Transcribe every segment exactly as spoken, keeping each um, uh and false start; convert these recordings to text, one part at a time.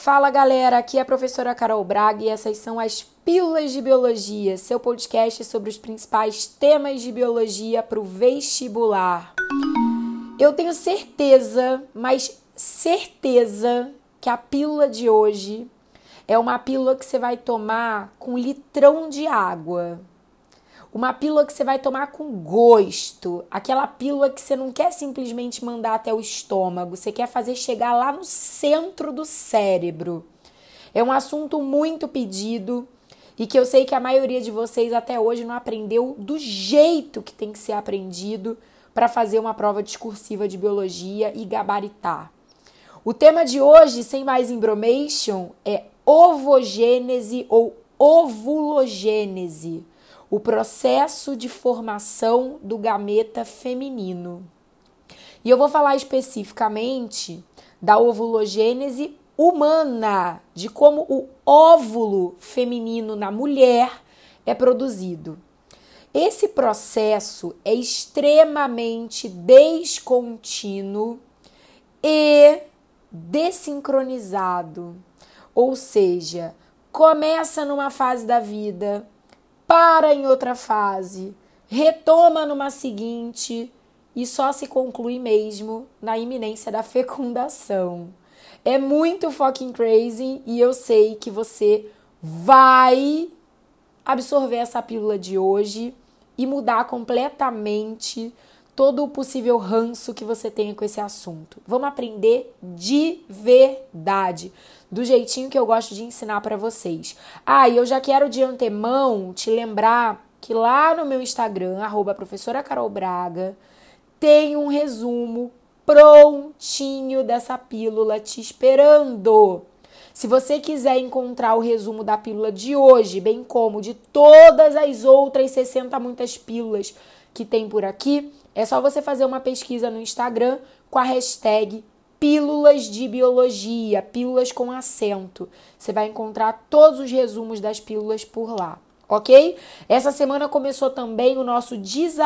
Fala galera, aqui é a professora Carol Braga e essas são as Pílulas de Biologia, seu podcast sobre os principais temas de biologia para o vestibular. Eu tenho certeza, mas certeza, que a pílula de hoje é uma pílula que você vai tomar com litrão de água. Uma pílula que você vai tomar com gosto, aquela pílula que você não quer simplesmente mandar até o estômago, você quer fazer chegar lá no centro do cérebro. É um assunto muito pedido e que eu sei que a maioria de vocês até hoje não aprendeu do jeito que tem que ser aprendido para fazer uma prova discursiva de biologia e gabaritar. O tema de hoje, sem mais embromation, é ovogênese ou ovulogênese. O processo de formação do gameta feminino. E eu vou falar especificamente da ovulogênese humana, de como o óvulo feminino na mulher é produzido. Esse processo é extremamente descontínuo e desincronizado, ou seja, começa numa fase da vida, para em outra fase, retoma numa seguinte e só se conclui mesmo na iminência da fecundação. É muito fucking crazy e eu sei que você vai absorver essa pílula de hoje e mudar completamente todo o possível ranço que você tenha com esse assunto. Vamos aprender de verdade, do jeitinho que eu gosto de ensinar para vocês. Ah, e eu já quero de antemão te lembrar que lá no meu Instagram, arroba professora Carol Braga, tem um resumo prontinho dessa pílula te esperando. Se você quiser encontrar o resumo da pílula de hoje, bem como de todas as outras sessenta muitas pílulas que tem por aqui, é só você fazer uma pesquisa no Instagram com a hashtag Pílulas de Biologia, pílulas com acento. Você vai encontrar todos os resumos das pílulas por lá, ok? Essa semana começou também o nosso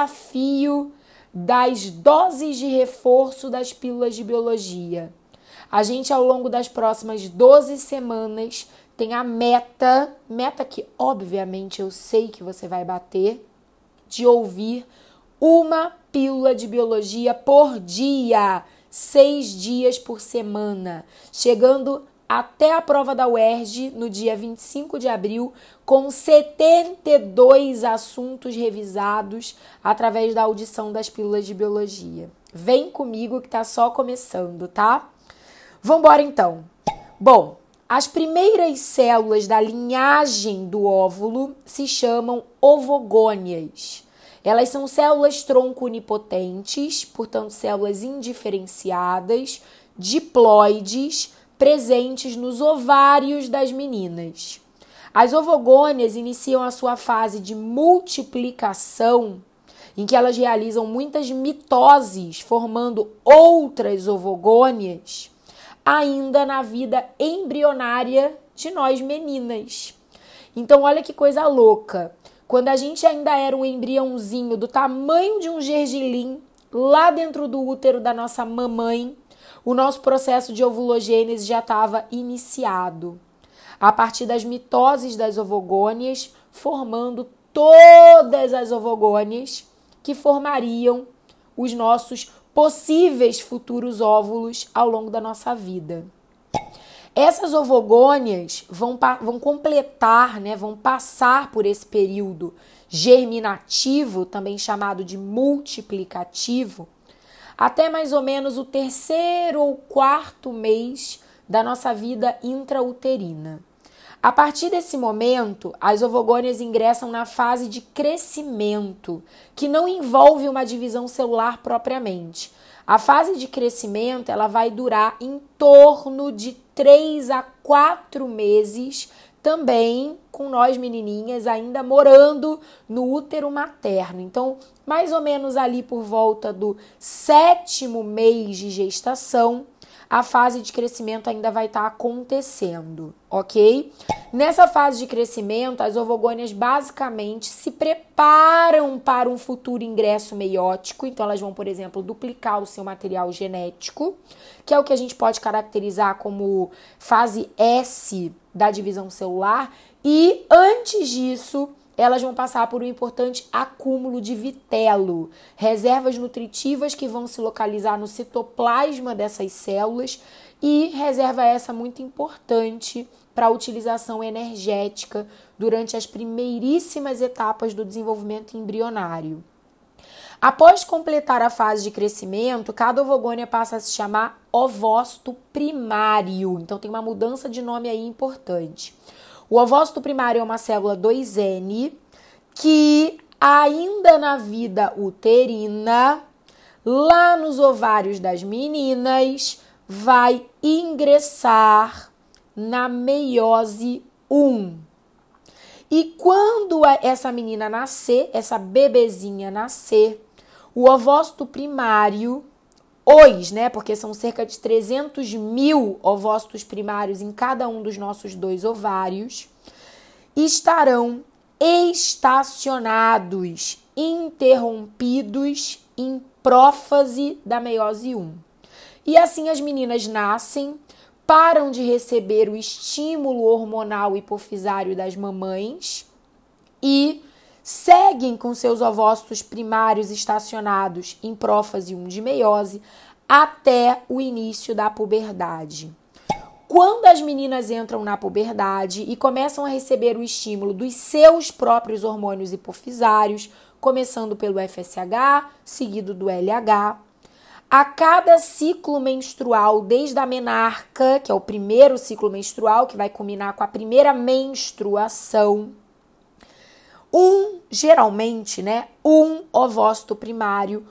desafio das doses de reforço das pílulas de biologia. A gente, ao longo das próximas doze semanas, tem a meta, meta que obviamente eu sei que você vai bater, de ouvir uma pílula de biologia por dia, seis dias por semana, chegando até a prova da U E R J no dia vinte e cinco de abril, com setenta e dois assuntos revisados através da audição das pílulas de biologia. Vem comigo que tá só começando, tá? Vambora então. Bom, as primeiras células da linhagem do óvulo se chamam ovogônias. Elas são células tronco unipotentes, portanto, células indiferenciadas, diploides, presentes nos ovários das meninas. As ovogônias iniciam a sua fase de multiplicação, em que elas realizam muitas mitoses, formando outras ovogônias, ainda na vida embrionária de nós meninas. Então, olha que coisa louca. Quando a gente ainda era um embriãozinho do tamanho de um gergelim, lá dentro do útero da nossa mamãe, o nosso processo de ovulogênese já estava iniciado. A partir das mitoses das ovogônias, formando todas as ovogônias que formariam os nossos possíveis futuros óvulos ao longo da nossa vida. Essas ovogônias vão, vão completar, né, vão passar por esse período germinativo, também chamado de multiplicativo, até mais ou menos o terceiro ou quarto mês da nossa vida intrauterina. A partir desse momento, as ovogônias ingressam na fase de crescimento, que não envolve uma divisão celular propriamente. A fase de crescimento ela vai durar em torno de três a quatro meses, também com nós menininhas ainda morando no útero materno. Então, mais ou menos ali por volta do sétimo mês de gestação, a fase de crescimento ainda vai estar acontecendo, ok? Nessa fase de crescimento, as ovogônias basicamente se preparam para um futuro ingresso meiótico. Então, elas vão, por exemplo, duplicar o seu material genético, que é o que a gente pode caracterizar como fase S da divisão celular. E, antes disso, elas vão passar por um importante acúmulo de vitelo, reservas nutritivas que vão se localizar no citoplasma dessas células, e reserva essa muito importante para a utilização energética durante as primeiríssimas etapas do desenvolvimento embrionário. Após completar a fase de crescimento, cada ovogônia passa a se chamar ovócito primário. Então tem uma mudança de nome aí importante. O ovócito primário é uma célula dois N que ainda na vida uterina, lá nos ovários das meninas, vai ingressar na meiose um. E quando essa menina nascer, essa bebezinha nascer, o ovócito primário, os, né, porque são cerca de trezentos mil ovócitos primários em cada um dos nossos dois ovários, estarão estacionados, interrompidos em prófase da meiose um. E assim as meninas nascem, param de receber o estímulo hormonal hipofisário das mamães e seguem com seus ovócitos primários estacionados em prófase um de meiose até o início da puberdade. Quando as meninas entram na puberdade e começam a receber o estímulo dos seus próprios hormônios hipofisários, começando pelo F S H, seguido do L H, a cada ciclo menstrual, desde a menarca, que é o primeiro ciclo menstrual, que vai culminar com a primeira menstruação, um, geralmente, né, um ovócito primário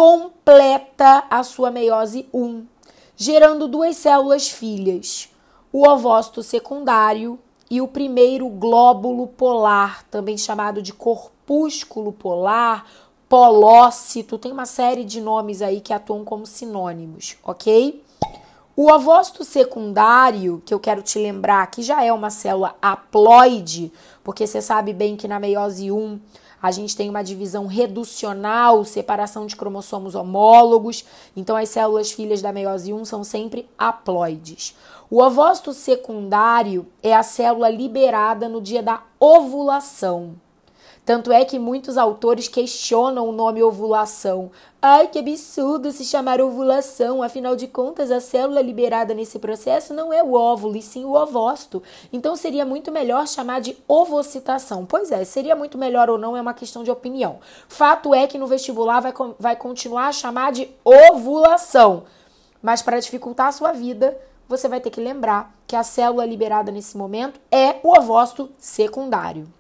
completa a sua meiose um, gerando duas células filhas, o ovócito secundário e o primeiro glóbulo polar, também chamado de corpúsculo polar, polócito, tem uma série de nomes aí que atuam como sinônimos, ok? O ovócito secundário, que eu quero te lembrar que já é uma célula haploide, porque você sabe bem que na meiose um a gente tem uma divisão reducional, separação de cromossomos homólogos, então as células filhas da meiose um são sempre haploides. O ovócito secundário é a célula liberada no dia da ovulação. Tanto é que muitos autores questionam o nome ovulação. Ai, que absurdo se chamar ovulação, afinal de contas a célula liberada nesse processo não é o óvulo, e sim o ovócito. Então seria muito melhor chamar de ovocitação. Pois é, seria muito melhor ou não é uma questão de opinião. Fato é que no vestibular vai, vai continuar a chamar de ovulação. Mas para dificultar a sua vida, você vai ter que lembrar que a célula liberada nesse momento é o ovócito secundário.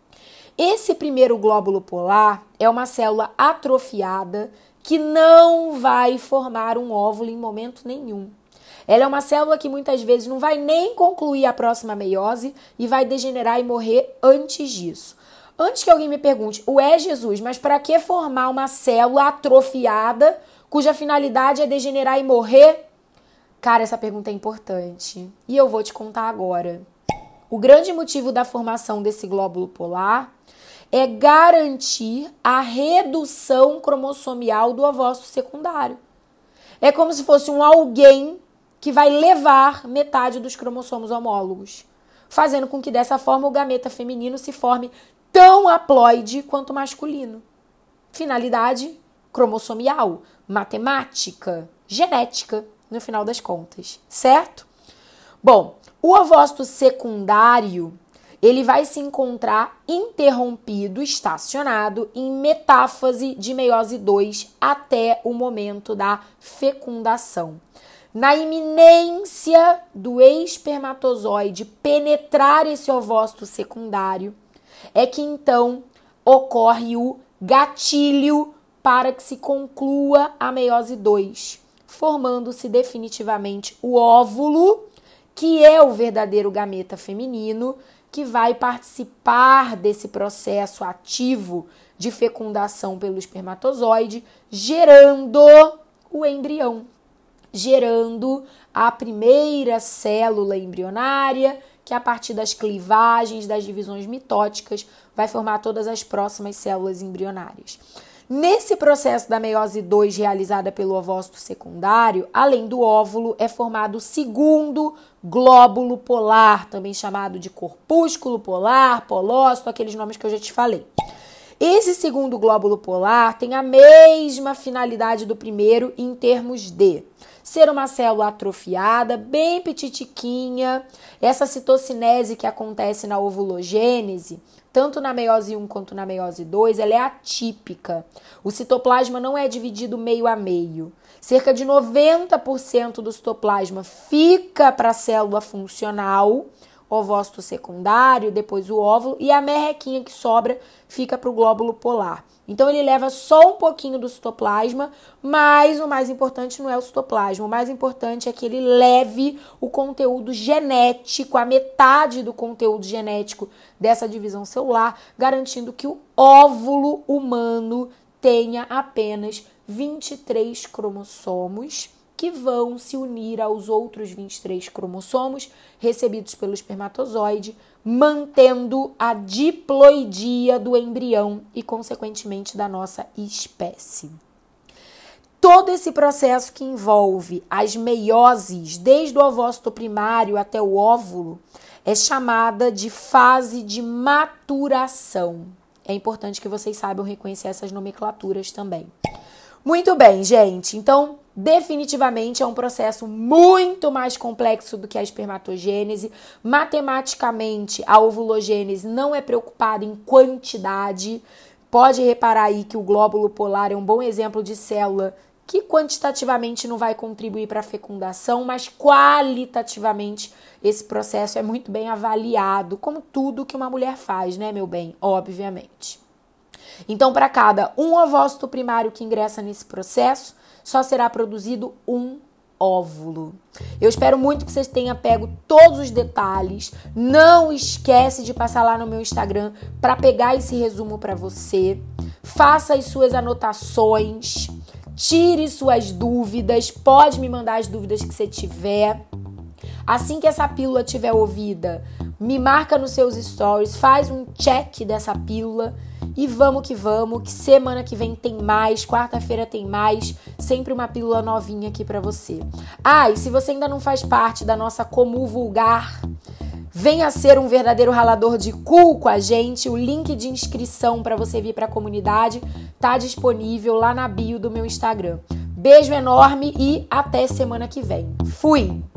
Esse primeiro glóbulo polar é uma célula atrofiada que não vai formar um óvulo em momento nenhum. Ela é uma célula que muitas vezes não vai nem concluir a próxima meiose e vai degenerar e morrer antes disso. Antes que alguém me pergunte, ué, Jesus, mas para que formar uma célula atrofiada cuja finalidade é degenerar e morrer? Cara, essa pergunta é importante e eu vou te contar agora. O grande motivo da formação desse glóbulo polar é garantir a redução cromossomial do ovócito secundário. É como se fosse um alguém que vai levar metade dos cromossomos homólogos, fazendo com que dessa forma o gameta feminino se forme tão haploide quanto o masculino. Finalidade cromossomial, matemática, genética, no final das contas, certo? Bom, o ovócito secundário, ele vai se encontrar interrompido, estacionado, em metáfase de meiose dois até o momento da fecundação. Na iminência do espermatozoide penetrar esse ovócito secundário, é que então ocorre o gatilho para que se conclua a meiose dois, formando-se definitivamente o óvulo, que é o verdadeiro gameta feminino, que vai participar desse processo ativo de fecundação pelo espermatozoide, gerando o embrião, gerando a primeira célula embrionária, que a partir das clivagens, das divisões mitóticas, vai formar todas as próximas células embrionárias. Nesse processo da meiose dois realizada pelo ovócito secundário, além do óvulo, é formado o segundo glóbulo polar, também chamado de corpúsculo polar, polócito, aqueles nomes que eu já te falei. Esse segundo glóbulo polar tem a mesma finalidade do primeiro em termos de ser uma célula atrofiada, bem petitiquinha. Essa citocinese que acontece na ovulogênese, tanto na meiose um quanto na meiose dois, ela é atípica. O citoplasma não é dividido meio a meio. Cerca de noventa por cento do citoplasma fica para a célula funcional, ovócito secundário, depois o óvulo, e a merrequinha que sobra fica para o glóbulo polar. Então, ele leva só um pouquinho do citoplasma, mas o mais importante não é o citoplasma. O mais importante é que ele leve o conteúdo genético, a metade do conteúdo genético dessa divisão celular, garantindo que o óvulo humano tenha apenas vinte e três cromossomos, que vão se unir aos outros vinte e três cromossomos recebidos pelo espermatozoide, mantendo a diploidia do embrião e, consequentemente, da nossa espécie. Todo esse processo que envolve as meioses, desde o ovócito primário até o óvulo, é chamada de fase de maturação. É importante que vocês saibam reconhecer essas nomenclaturas também. Muito bem, gente. Então, definitivamente é um processo muito mais complexo do que a espermatogênese. Matematicamente, a ovulogênese não é preocupada em quantidade. Pode reparar aí que o glóbulo polar é um bom exemplo de célula que quantitativamente não vai contribuir para a fecundação, mas qualitativamente esse processo é muito bem avaliado, como tudo que uma mulher faz, né, meu bem? Obviamente. Então, para cada um ovócito primário que ingressa nesse processo, só será produzido um óvulo. Eu espero muito que vocês tenham pego todos os detalhes. Não esquece de passar lá no meu Instagram para pegar esse resumo para você. Faça as suas anotações, tire suas dúvidas, pode me mandar as dúvidas que você tiver. Assim que essa pílula tiver ouvida, me marca nos seus stories, faz um check dessa pílula e vamos que vamos, que semana que vem tem mais, quarta-feira tem mais, sempre uma pílula novinha aqui pra você. Ah, e se você ainda não faz parte da nossa Como Vulgar, venha ser um verdadeiro ralador de cu com a gente, o link de inscrição para você vir pra comunidade tá disponível lá na bio do meu Instagram. Beijo enorme e até semana que vem. Fui!